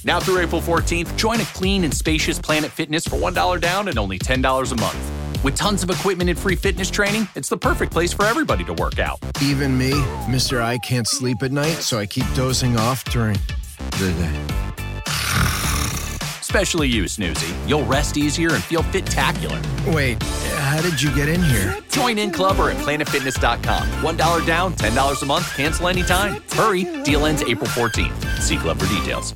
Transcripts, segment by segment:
Now through April 14th, join a clean and spacious Planet Fitness for $1 down and only $10 a month. With tons of equipment and free fitness training, it's the perfect place for everybody to work out. Even me, Mr. I can't sleep at night, so I keep dozing off during the day. Especially you, Snoozy. You'll rest easier and feel fit-tacular. Wait, how did you get in here? Join in club or at planetfitness.com. $1 down, $10 a month, cancel anytime. Hurry, deal ends April 14th. See club for details.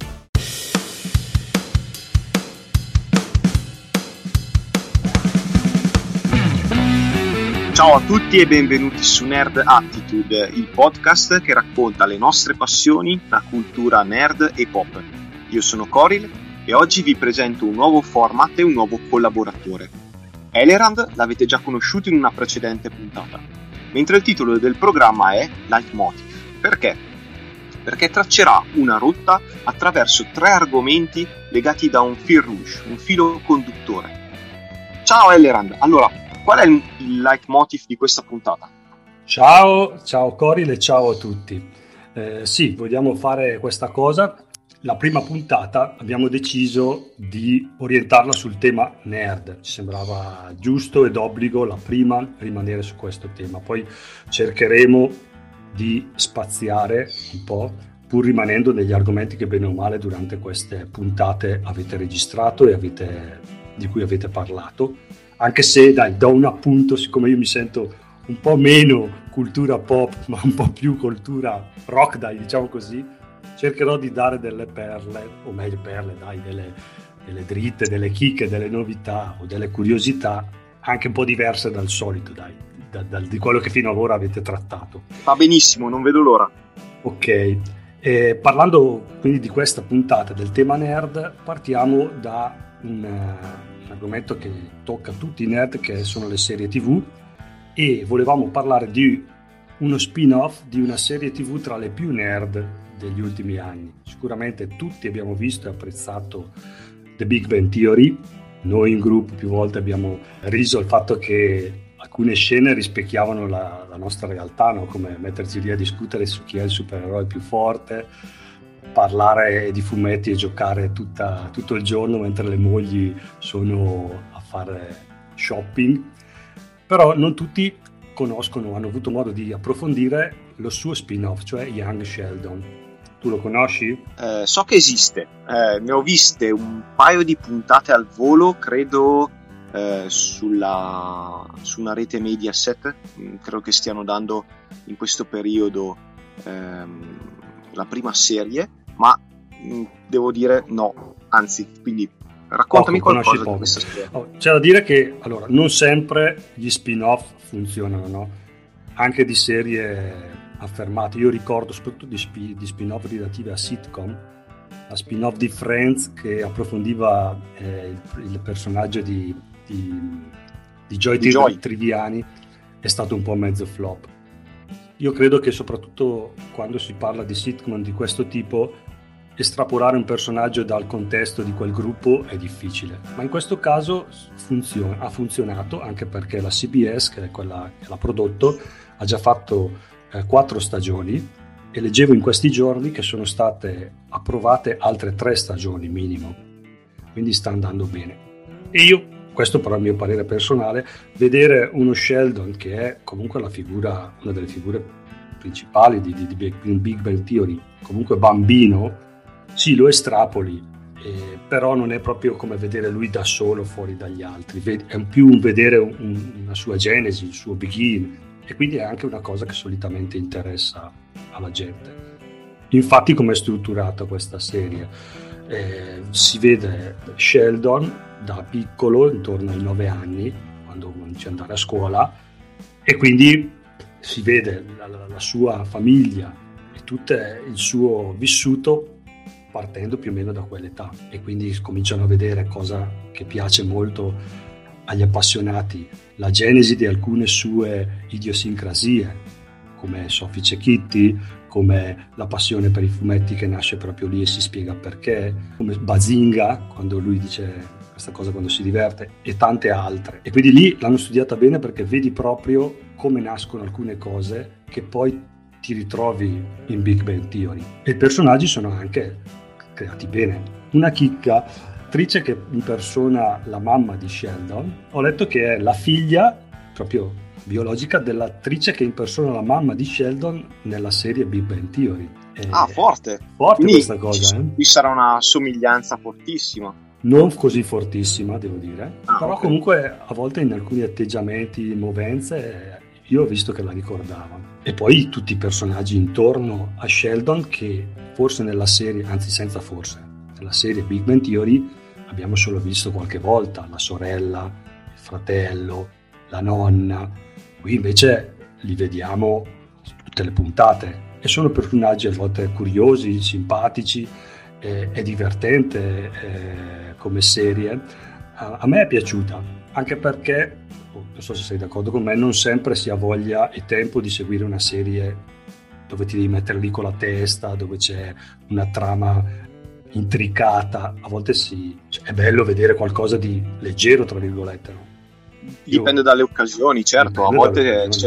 Ciao a tutti e benvenuti su Nerd Attitude, il podcast che racconta le nostre passioni, la cultura nerd e pop. Io sono Coril e oggi vi presento un nuovo format e un nuovo collaboratore. Elerand l'avete già conosciuto in una precedente puntata, mentre il titolo del programma è Leitmotiv. Perché? Perché traccerà una rotta attraverso 3 argomenti legati da un fil rouge, un filo conduttore. Ciao Elerand, allora, qual è il leitmotiv di questa puntata? Ciao Coril e ciao a tutti. Sì, vogliamo fare questa cosa. La prima puntata abbiamo deciso di orientarla sul tema nerd. Ci sembrava giusto ed obbligo la prima rimanere su questo tema. Poi cercheremo di spaziare un po', pur rimanendo negli argomenti che bene o male durante queste puntate avete registrato e di cui avete parlato. Anche se, da un appunto, siccome io mi sento un po' meno cultura pop, ma un po' più cultura rock, diciamo così, cercherò di dare delle perle, o meglio delle dritte, delle chicche, delle novità o delle curiosità anche un po' diverse dal solito, di quello che fino ad ora avete trattato. Va benissimo, non vedo l'ora. Ok, parlando quindi di questa puntata del tema nerd, partiamo da un argomento che tocca tutti i nerd, che sono le serie TV, e volevamo parlare di uno spin-off di una serie TV tra le più nerd degli ultimi anni. Sicuramente tutti abbiamo visto e apprezzato The Big Bang Theory. Noi in gruppo più volte abbiamo riso al fatto che alcune scene rispecchiavano la nostra realtà, no? Come metterci lì a discutere su chi è il supereroe più forte, parlare di fumetti e giocare tutto il giorno mentre le mogli sono a fare shopping. Però non tutti conoscono, hanno avuto modo di approfondire lo suo spin-off, cioè Young Sheldon. Tu lo conosci? So che esiste, ne ho viste un paio di puntate al volo, credo su una rete Mediaset. Credo che stiano dando in questo periodo la prima serie, ma devo dire no, anzi, quindi raccontami qualcosa di questa storia. C'è da dire che allora non sempre gli spin-off funzionano, no? Anche di serie affermate. Io ricordo soprattutto di spin-off relative a sitcom, la spin-off di Friends che approfondiva il personaggio di Joy Triviani, è stato un po' mezzo flop. Io credo che soprattutto quando si parla di sitcom di questo tipo, estrapolare un personaggio dal contesto di quel gruppo è difficile, ma in questo caso ha funzionato, anche perché la CBS, che è quella che l'ha prodotto, ha già fatto 4 stagioni, e leggevo in questi giorni che sono state approvate altre 3 stagioni minimo, quindi sta andando bene. E io, questo però è il mio parere personale, vedere uno Sheldon che è comunque una delle figure principali di Big Bang Theory, comunque bambino, sì, lo estrapoli, però non è proprio come vedere lui da solo fuori dagli altri, è più un vedere una sua genesi, il suo begin, e quindi è anche una cosa che solitamente interessa alla gente. Infatti, come è strutturata questa serie? Si vede Sheldon da piccolo, intorno ai 9 anni, quando comincia ad andare a scuola, e quindi si vede la sua famiglia e tutto il suo vissuto partendo più o meno da quell'età, e quindi cominciano a vedere cosa che piace molto agli appassionati, la genesi di alcune sue idiosincrasie, come Soffice Kitty, come la passione per i fumetti che nasce proprio lì e si spiega perché, come Bazinga, quando lui dice questa cosa quando si diverte, e tante altre. E quindi lì l'hanno studiata bene, perché vedi proprio come nascono alcune cose che poi ti ritrovi in Big Bang Theory. E i personaggi sono anche creati bene. Una chicca, l'attrice che impersona la mamma di Sheldon, ho letto che è la figlia proprio biologica dell'attrice che impersona la mamma di Sheldon nella serie Big Bang Theory. Forte Quindi, questa cosa. Qui sarà una somiglianza fortissima. Non così fortissima, devo dire, però okay. Comunque a volte in alcuni atteggiamenti, movenze, io ho visto che la ricordavano. E poi tutti i personaggi intorno a Sheldon che forse nella serie, anzi senza forse, nella serie Big Bang Theory abbiamo solo visto qualche volta, la sorella, il fratello, la nonna. Qui invece li vediamo tutte le puntate e sono personaggi a volte curiosi, simpatici, è divertente come serie. A me è piaciuta, anche perché, non so se sei d'accordo con me, non sempre si ha voglia e tempo di seguire una serie dove ti devi mettere lì con la testa, dove c'è una trama intricata. A volte è bello vedere qualcosa di leggero, tra virgolette, no? Dipende dalle occasioni, certo. A volte c'è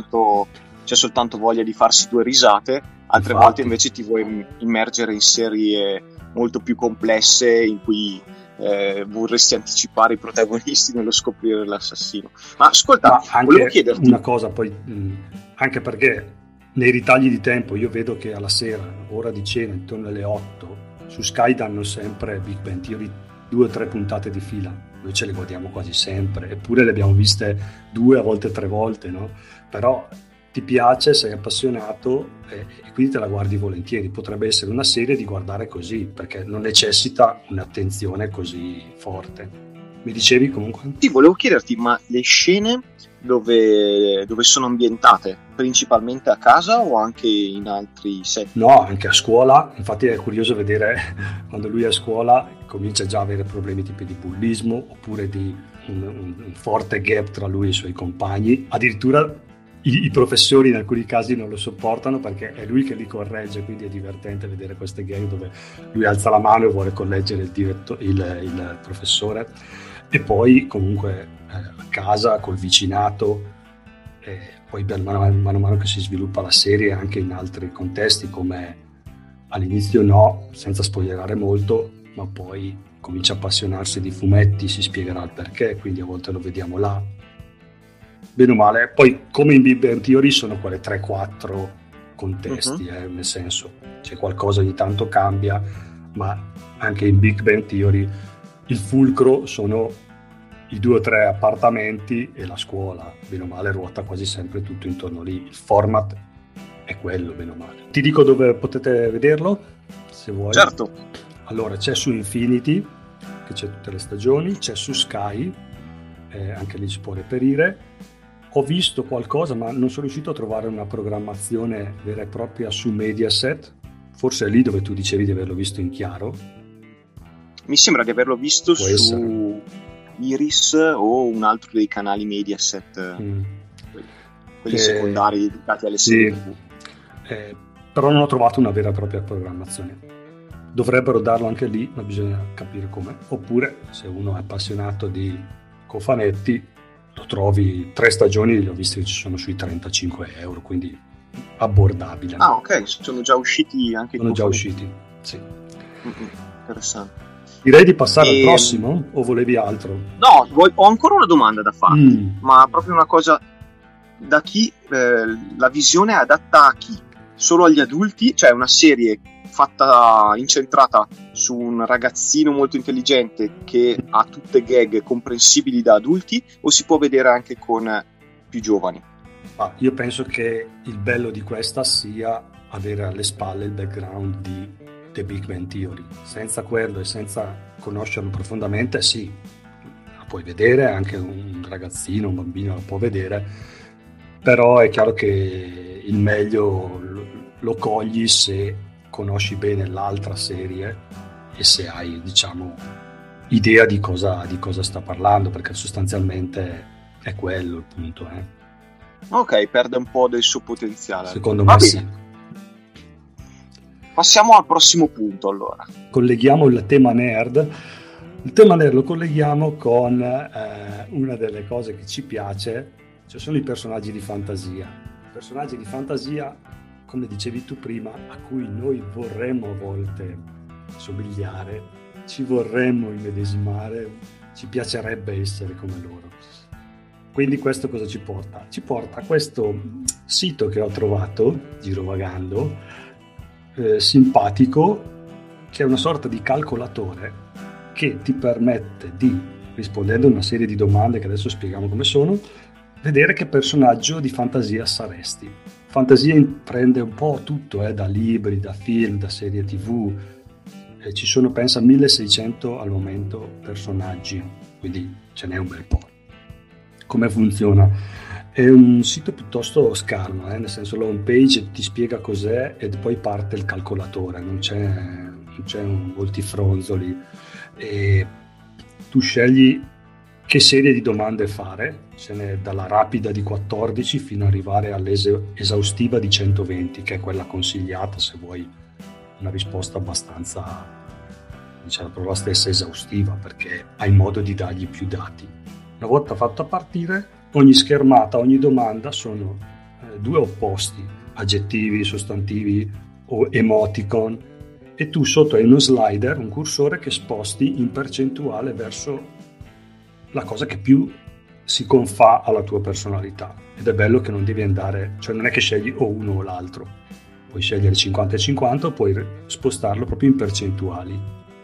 soltanto voglia di farsi due risate, altre volte invece ti vuoi immergere in serie molto più complesse in cui vorresti anticipare i protagonisti nello scoprire l'assassino. Ma ascolta, volevo chiederti una cosa, poi anche perché nei ritagli di tempo io vedo che alla sera, ora di cena, intorno alle 8, su Sky danno sempre Big Bang Theory 2 o 3 puntate di fila. Noi ce le guardiamo quasi sempre, eppure le abbiamo viste 2, a volte 3 volte, no? Però ti piace, sei appassionato e quindi te la guardi volentieri. Potrebbe essere una serie di guardare così, perché non necessita un'attenzione così forte. Mi dicevi comunque? Sì, volevo chiederti, ma le scene dove sono ambientate? Principalmente a casa o anche in altri set? No, anche a scuola. Infatti è curioso vedere quando lui è a scuola comincia già a avere problemi tipi di bullismo oppure di un forte gap tra lui e i suoi compagni. Addirittura i professori in alcuni casi non lo sopportano perché è lui che li corregge, quindi è divertente vedere queste gag dove lui alza la mano e vuole correggere il professore. E poi comunque a casa col vicinato, poi mano a mano che si sviluppa la serie anche in altri contesti, come all'inizio senza spoilerare molto, ma poi comincia a appassionarsi di fumetti, si spiegherà il perché, quindi a volte lo vediamo là, bene o male. Poi come in Big Bang Theory sono quelle 3-4 contesti, nel senso c'è qualcosa ogni tanto cambia, ma anche in Big Bang Theory il fulcro sono i 2 o 3 appartamenti e la scuola, bene o male ruota quasi sempre tutto intorno lì. Il format è quello, bene o male. Ti dico dove potete vederlo, se vuoi. Certo. Allora, c'è su Infinity, che c'è tutte le stagioni, c'è su Sky, anche lì si può reperire. Ho visto qualcosa, ma non sono riuscito a trovare una programmazione vera e propria su Mediaset. Forse è lì dove tu dicevi di averlo visto in chiaro. Mi sembra di averlo visto Può su essere Iris o un altro dei canali Mediaset, quelli secondari dedicati alle serie TV. Però non ho trovato una vera e propria programmazione. Dovrebbero darlo anche lì, ma bisogna capire come. Oppure, se uno è appassionato di cofanetti, lo trovi 3 stagioni, li ho visti che ci sono sui 35 euro, quindi abbordabile. Ah, ok, sono già usciti anche i Sono già cofanetti. usciti, sì. Interessante. Direi di passare al prossimo, o volevi altro? No, ho ancora una domanda da farti, ma proprio una cosa da chi, la visione è adatta a chi? Solo agli adulti? Cioè una serie incentrata su un ragazzino molto intelligente che ha tutte gag comprensibili da adulti, o si può vedere anche con più giovani? Io penso che il bello di questa sia avere alle spalle il background di The Big Bang Theory. Senza quello e senza conoscerlo profondamente, sì, la puoi vedere, anche un ragazzino, un bambino lo può vedere, però è chiaro che il meglio lo cogli se conosci bene l'altra serie e se hai, diciamo, idea di cosa sta parlando, perché sostanzialmente è quello il punto. Ok, perde un po' del suo potenziale. Secondo me sì. Passiamo al prossimo punto, allora. Colleghiamo il tema nerd. Il tema nerd lo colleghiamo con una delle cose che ci piace, cioè sono i personaggi di fantasia. Personaggi di fantasia, come dicevi tu prima, a cui noi vorremmo a volte somigliare, ci vorremmo immedesimare, ci piacerebbe essere come loro. Quindi questo cosa ci porta? Ci porta a questo sito che ho trovato, girovagando, simpatico, che è una sorta di calcolatore che ti permette di, rispondendo a una serie di domande che adesso spieghiamo come sono, vedere che personaggio di fantasia saresti. Fantasia prende un po' tutto, da libri, da film, da serie TV. Ci sono, pensa, 1600 al momento personaggi, quindi ce n'è un bel po'. Come funziona? È un sito piuttosto scarno, nel senso la home page ti spiega cos'è e poi parte il calcolatore, non c'è un voltifronzoli, e tu scegli che serie di domande fare, ce n'è dalla rapida di 14 fino ad arrivare all'esaustiva di 120, che è quella consigliata se vuoi una risposta abbastanza, dice la parola stessa, esaustiva, perché hai modo di dargli più dati. Una volta fatta partire, ogni schermata, ogni domanda sono due opposti, aggettivi, sostantivi o emoticon, e tu sotto hai uno slider, un cursore che sposti in percentuale verso la cosa che più si confà alla tua personalità. Ed è bello che non devi andare, cioè non è che scegli o uno o l'altro, puoi scegliere 50 e 50 o puoi spostarlo proprio in percentuali,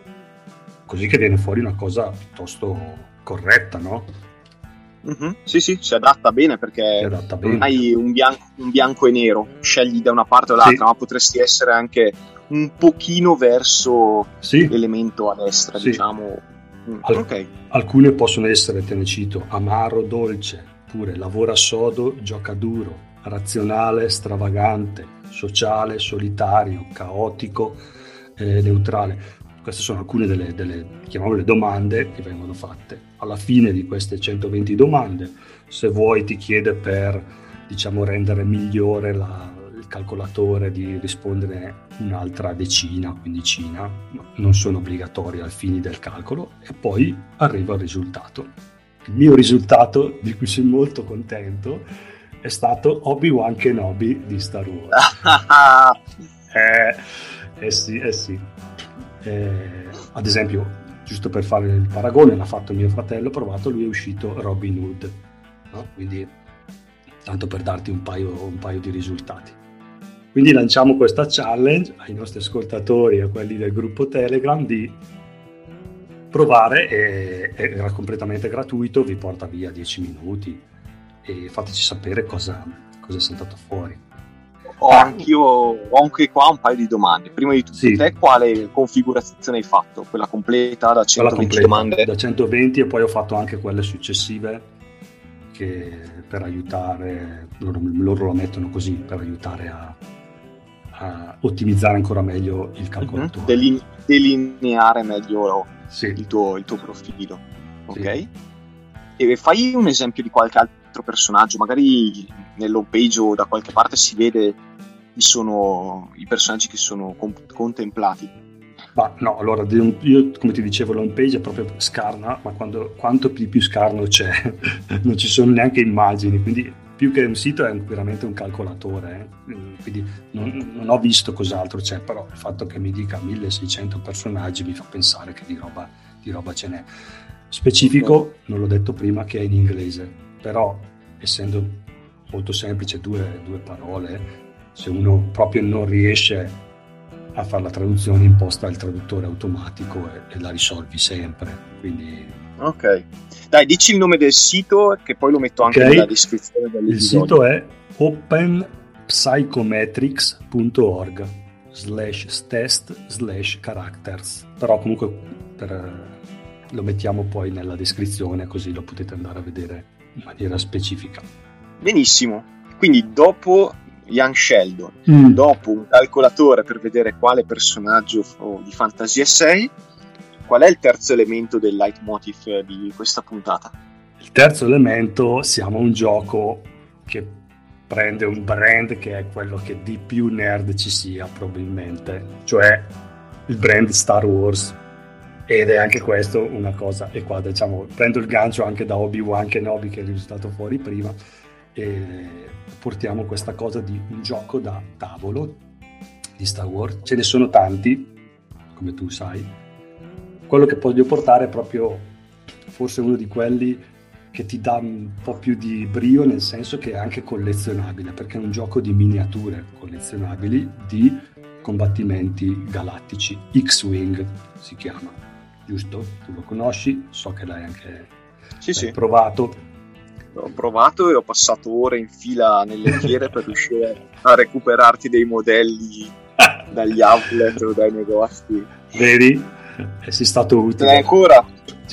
così che viene fuori una cosa piuttosto corretta, no? Mm-hmm. Sì, si adatta bene, perché non hai un bianco e nero, scegli da una parte o l'altra, ma potresti essere anche un pochino verso l'elemento a destra, diciamo. Ok. Alcune possono essere, te ne cito, amaro, dolce, pure lavora sodo, gioca duro, razionale, stravagante, sociale, solitario, caotico, neutrale. Queste sono alcune delle chiamiamole domande che vengono fatte. Alla fine di queste 120 domande, se vuoi, ti chiede per, diciamo, rendere migliore il calcolatore di rispondere un'altra decina, quindicina, non sono obbligatorie al fine del calcolo, e poi arriva il risultato. Il mio risultato, di cui sono molto contento, è stato Obi-Wan Kenobi di Star Wars. Sì. Ad esempio, giusto per fare il paragone, l'ha fatto mio fratello, provato, lui è uscito Robin Hood, no? Quindi tanto per darti un paio di risultati. Quindi lanciamo questa challenge ai nostri ascoltatori e a quelli del gruppo Telegram di provare, era completamente gratuito, vi porta via 10 minuti e fateci sapere cosa è saltato fuori. Ho anche qua un paio di domande. Prima di tutto, te quale configurazione hai fatto? Quella completa da 120 domande? Da 120, e poi ho fatto anche quelle successive che per aiutare, loro lo mettono così, per aiutare a ottimizzare ancora meglio il calcolatore. Delineare meglio il tuo profilo. Ok? E fai un esempio di qualche altro personaggio, magari nell'home page o da qualche parte si vede chi sono i personaggi che sono contemplati. Ma no, allora io come ti dicevo, l'home page è proprio scarna, ma quanto più scarno c'è, non ci sono neanche immagini, quindi più che un sito è veramente un calcolatore, quindi non ho visto cos'altro c'è, però il fatto che mi dica 1600 personaggi mi fa pensare che di roba ce n'è. Specifico, non l'ho detto prima, che è in inglese, però essendo molto semplice, due parole, se uno proprio non riesce a fare la traduzione, imposta il traduttore automatico e la risolvi sempre. Quindi ok, dai, dici il nome del sito che poi lo metto anche nella descrizione dell'episodio. Il sito è openpsychometrics.org/test/characters, però comunque lo mettiamo poi nella descrizione, così lo potete andare a vedere in maniera specifica. Benissimo, quindi dopo Young Sheldon, dopo un calcolatore per vedere quale personaggio di fantasia sei, qual è il terzo elemento del leitmotiv di questa puntata? Il terzo elemento, siamo un gioco che prende un brand che è quello che di più nerd ci sia probabilmente, cioè il brand Star Wars, ed è anche questo una cosa, e qua diciamo prendo il gancio anche da Obi-Wan Kenobi che è risultato fuori prima, e portiamo questa cosa di un gioco da tavolo di Star Wars. Ce ne sono tanti, come tu sai. Quello che voglio portare è proprio forse uno di quelli che ti dà un po' più di brio, nel senso che è anche collezionabile, perché è un gioco di miniature collezionabili di combattimenti galattici. X-Wing si chiama, giusto? Tu lo conosci, so che l'hai anche provato. L'ho provato e ho passato ore in fila nelle fiere per riuscire a recuperarti dei modelli dagli outlet o dai negozi. Vedi? Sei stato utile. Ce l'hai ancora?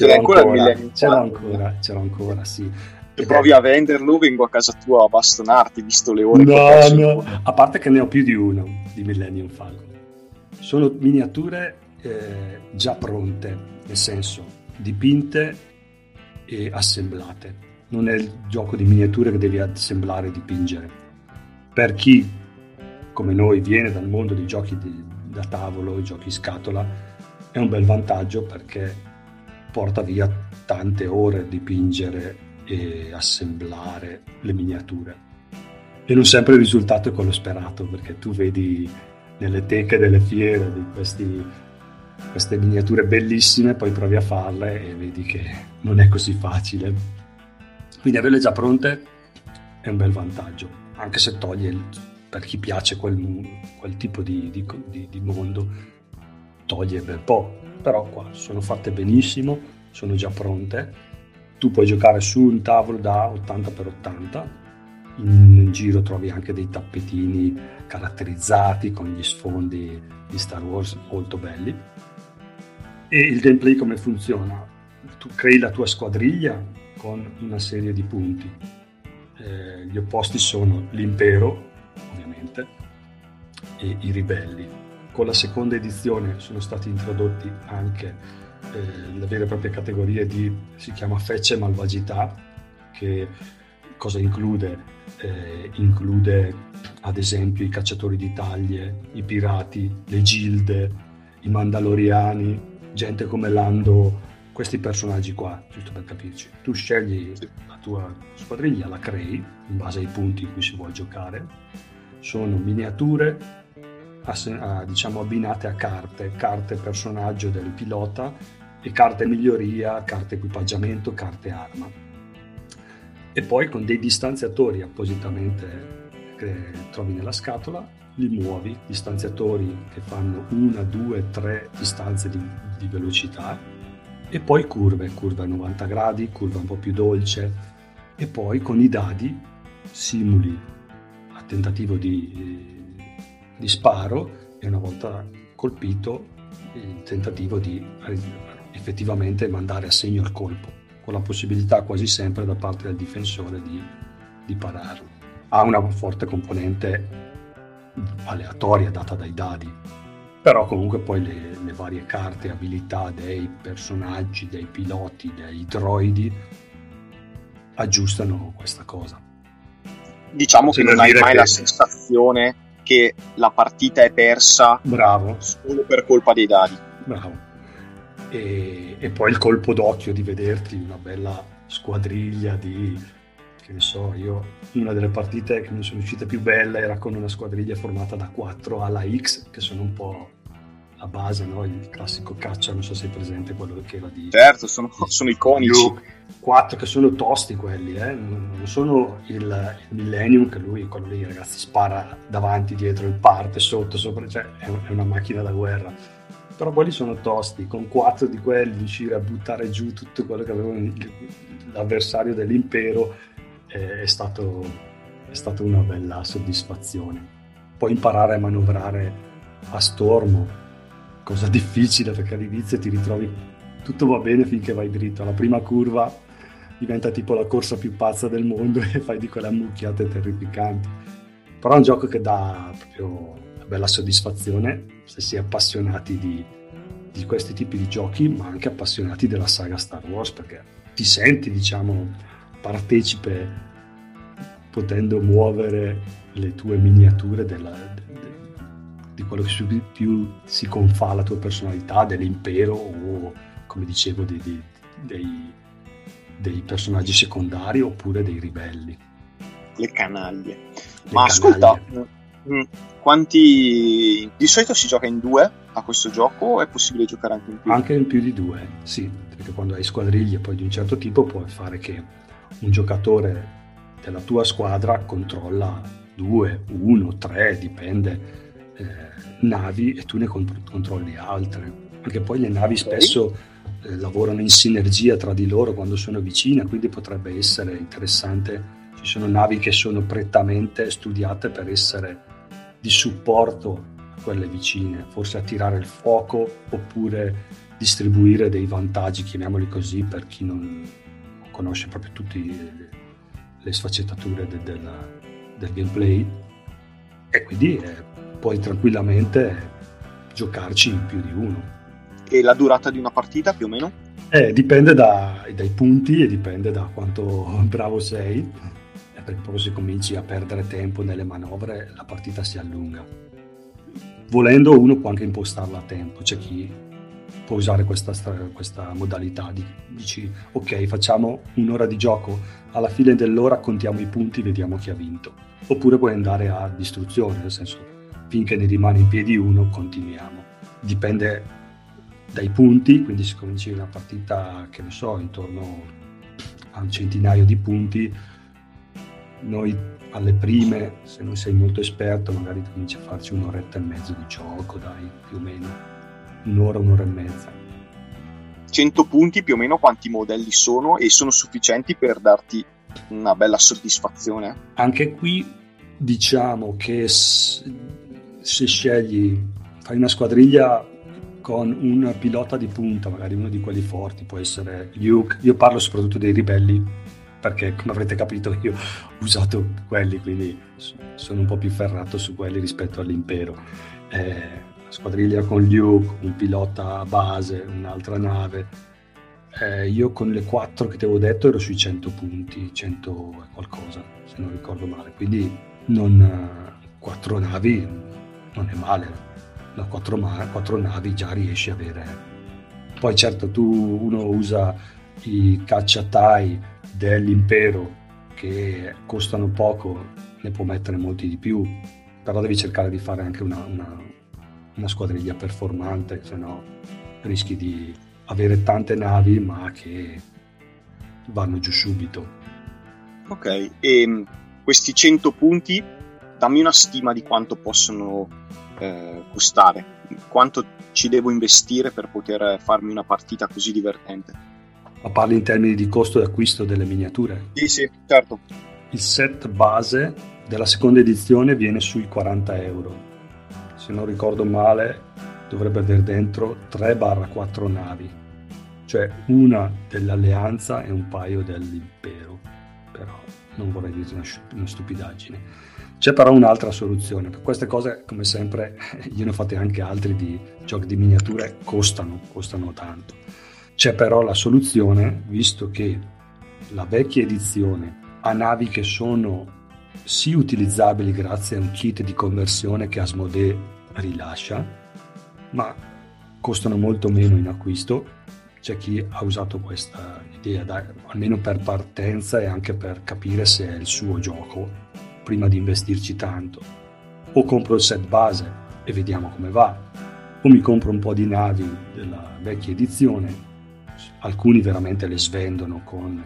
C'era ancora, sì. Se provi a venderlo, vengo a casa tua a bastonarti, visto le ore che ho perso. No, a parte che ne ho più di uno di Millennium Falcon. Sono miniature già pronte, nel senso dipinte e assemblate. Non è il gioco di miniature che devi assemblare e dipingere. Per chi, come noi, viene dal mondo dei giochi da tavolo, i giochi scatola, è un bel vantaggio perché porta via tante ore a dipingere e assemblare le miniature, e non sempre il risultato è quello sperato, perché tu vedi nelle teche delle fiere di queste miniature bellissime, poi provi a farle e vedi che non è così facile. Quindi averle già pronte è un bel vantaggio, anche se toglie per chi piace quel tipo di mondo, toglie bel po', però qua sono fatte benissimo, sono già pronte. Tu puoi giocare su un tavolo da 80x80, in giro trovi anche dei tappetini caratterizzati con gli sfondi di Star Wars molto belli. E il gameplay come funziona? Tu crei la tua squadriglia con una serie di punti. Gli opposti sono l'impero, ovviamente, e i ribelli. Con la seconda edizione sono stati introdotti anche la vera e propria categoria si chiama fecce e malvagità, che cosa include? Include ad esempio i cacciatori di taglie, i pirati, le gilde, i mandaloriani, gente come Lando, questi personaggi qua, giusto per capirci. Tu scegli la tua squadriglia, la crei in base ai punti in cui si vuole giocare. Sono miniature diciamo abbinate a carte personaggio del pilota e carte miglioria, carte equipaggiamento, carte arma, e poi con dei distanziatori appositamente che trovi nella scatola li muovi, distanziatori che fanno 1, 2, 3 distanze di velocità, e poi curve a 90 gradi, curva un po' più dolce, e poi con i dadi simuli a tentativo di sparo, e una volta colpito il tentativo di effettivamente mandare a segno il colpo, con la possibilità quasi sempre da parte del difensore di pararlo. Ha una forte componente aleatoria data dai dadi, però comunque poi le varie carte, abilità dei personaggi, dei piloti, dei droidi aggiustano questa cosa. Diciamo che non hai mai la sensazione che la partita è persa. Bravo. Solo per colpa dei dadi. Bravo. E poi il colpo d'occhio di vederti una bella squadriglia che ne so, io una delle partite che mi sono uscite più belle era con una squadriglia formata da 4 alla X, che sono un po' la base, no? Il classico caccia, non so se è presente quello che era di... Certo, sono iconici. 4 che sono tosti quelli, non sono il Millennium, che quello lì, ragazzi, spara davanti, dietro, il parte, sotto, sopra, cioè è una macchina da guerra. Però quelli sono tosti, con 4 di quelli riuscire a buttare giù tutto quello che aveva l'avversario dell'impero è stato una bella soddisfazione. Poi imparare a manovrare a stormo, cosa difficile, perché all'inizio ti ritrovi tutto va bene finché vai dritto, alla prima curva diventa tipo la corsa più pazza del mondo e fai di quelle ammucchiate terrificanti. Però è un gioco che dà proprio una bella soddisfazione se si è appassionati di questi tipi di giochi, ma anche appassionati della saga Star Wars, perché ti senti, diciamo, partecipe, potendo muovere le tue miniature di quello che più si confà alla tua personalità, dell'impero o, come dicevo, dei personaggi secondari oppure dei ribelli. Le canaglie. Ma ascolta, Quanti di solito si gioca in 2 a questo gioco o è possibile giocare anche in più? Anche in più di 2, sì, perché quando hai squadriglie poi di un certo tipo puoi fare che un giocatore della tua squadra controlla 2, 1, 3, dipende, navi, e tu ne controlli altre. Anche poi le navi spesso lavorano in sinergia tra di loro quando sono vicine, quindi potrebbe essere interessante. Ci sono navi che sono prettamente studiate per essere di supporto a quelle vicine, forse attirare il fuoco oppure distribuire dei vantaggi, chiamiamoli così, per chi non conosce proprio tutte le sfaccettature del gameplay, e quindi puoi tranquillamente giocarci in più di uno. E la durata di una partita più o meno? Dipende dai punti e dipende da quanto bravo sei, perché proprio se cominci a perdere tempo nelle manovre la partita si allunga. Volendo uno può anche impostarla a tempo, c'è chi può usare questa modalità, dici ok, facciamo un'ora di gioco, alla fine dell'ora contiamo i punti, vediamo chi ha vinto. Oppure puoi andare a distruzione, nel senso, finché ne rimane in piedi uno continuiamo. Dipende dai punti, quindi se cominci una partita, che ne so, intorno a un centinaio di punti, noi alle prime, se non sei molto esperto, magari cominci a farci un'oretta e mezzo di gioco, dai, più o meno. Un'ora e mezza. 100 punti più o meno quanti modelli sono, e sono sufficienti per darti una bella soddisfazione? Anche qui diciamo che se scegli, fai una squadriglia con un pilota di punta, magari uno di quelli forti, può essere Luke. Io parlo soprattutto dei ribelli perché, come avrete capito, io ho usato quelli, quindi sono un po' più ferrato su quelli rispetto all'impero. Squadriglia con Luke, un pilota base, un'altra nave. Io con le 4 che ti avevo detto ero sui 100 punti, 100 e qualcosa, se non ricordo male, quindi 4 navi non è male, da 4 navi già riesci a avere. Poi certo uno usa i cacciatai dell'impero che costano poco, ne può mettere molti di più, però devi cercare di fare anche una squadriglia performante, se no rischi di avere tante navi ma che vanno giù subito. Ok, e questi 100 punti, dammi una stima di quanto possono costare, quanto ci devo investire per poter farmi una partita così divertente. Ma parli in termini di costo d'acquisto delle miniature? Sì, certo. Il set base della seconda edizione viene sui 40 euro. Se non ricordo male dovrebbe avere dentro 3-4 navi, cioè una dell'alleanza e un paio dell'impero, però non vorrei dire una stupidaggine. C'è però un'altra soluzione, per queste cose come sempre io ne ho fatti anche altri di giochi di miniature, costano tanto. C'è però la soluzione, visto che la vecchia edizione ha navi che sono sì utilizzabili grazie a un kit di conversione che Asmodee rilascia, ma costano molto meno in acquisto. C'è chi ha usato questa idea, almeno per partenza e anche per capire se è il suo gioco prima di investirci tanto. O compro il set base e vediamo come va, o mi compro un po' di navi della vecchia edizione. Alcuni veramente le svendono con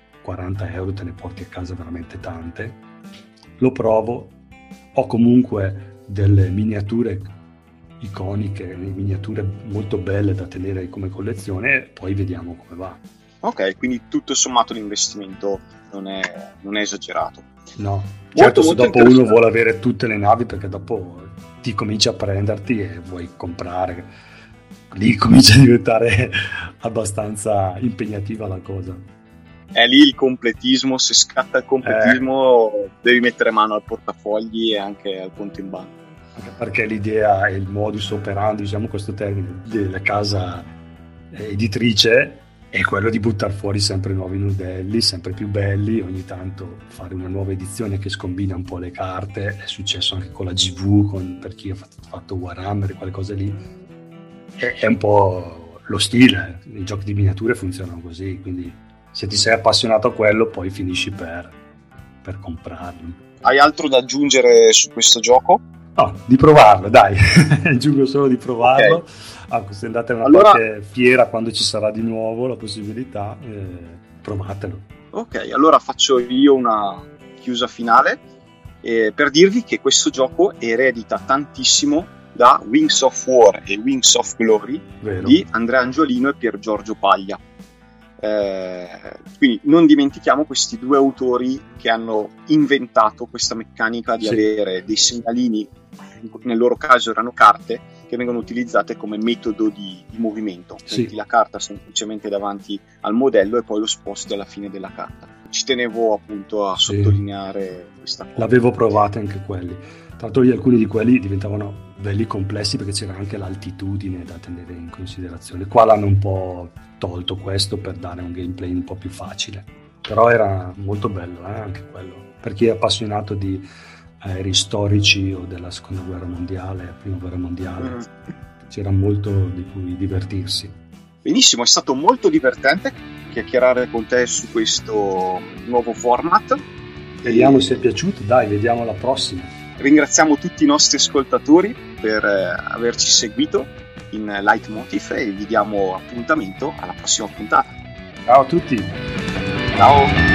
40 euro, te ne porti a casa veramente tante. Lo provo, ho comunque delle miniature iconiche, miniature molto belle da tenere come collezione, e poi vediamo come va. Ok, quindi tutto sommato l'investimento non è esagerato. No, certo, se dopo uno vuole avere tutte le navi, perché dopo ti cominci a prenderti e vuoi comprare, lì comincia a diventare abbastanza impegnativa la cosa. È lì il completismo, se scatta il completismo devi mettere mano al portafogli e anche al conto in banca. Anche perché l'idea e il modus operandi, usiamo questo termine, della casa editrice è quello di buttare fuori sempre nuovi modelli, sempre più belli, ogni tanto fare una nuova edizione che scombina un po' le carte. È successo anche con la GV, per chi ha fatto Warhammer e quelle cose lì. È un po' lo stile, i giochi di miniature funzionano così, quindi se ti sei appassionato a quello poi finisci per comprarli. Hai altro da aggiungere su questo gioco? No, di provarlo, dai. Aggiungo solo di provarlo. Okay. Se andate a una qualche fiera, quando ci sarà di nuovo la possibilità, provatelo. Ok, allora faccio io una chiusa finale per dirvi che questo gioco eredita tantissimo da Wings of War e Wings of Glory. Vero. Di Andrea Angiolino e Pier Giorgio Paglia. Quindi non dimentichiamo questi due autori che hanno inventato questa meccanica di avere dei segnalini, nel loro caso erano carte, che vengono utilizzate come metodo di movimento. Metti la carta semplicemente davanti al modello e poi lo sposti alla fine della carta. Ci tenevo appunto a sottolineare questa cosa. L'avevo provato anche quelli. Tra l'altro alcuni di quelli diventavano belli complessi perché c'era anche l'altitudine da tenere in considerazione. Qua l'hanno un po' tolto questo per dare un gameplay un po' più facile, però era molto bello anche quello. Per chi è appassionato di aerei storici o della seconda guerra mondiale, prima guerra mondiale, c'era molto di cui divertirsi. Benissimo, è stato molto divertente chiacchierare con te su questo nuovo format. Vediamo se è piaciuto, dai, vediamo la prossima. Ringraziamo tutti i nostri ascoltatori per averci seguito in Leitmotiv e vi diamo appuntamento alla prossima puntata. Ciao a tutti. Ciao.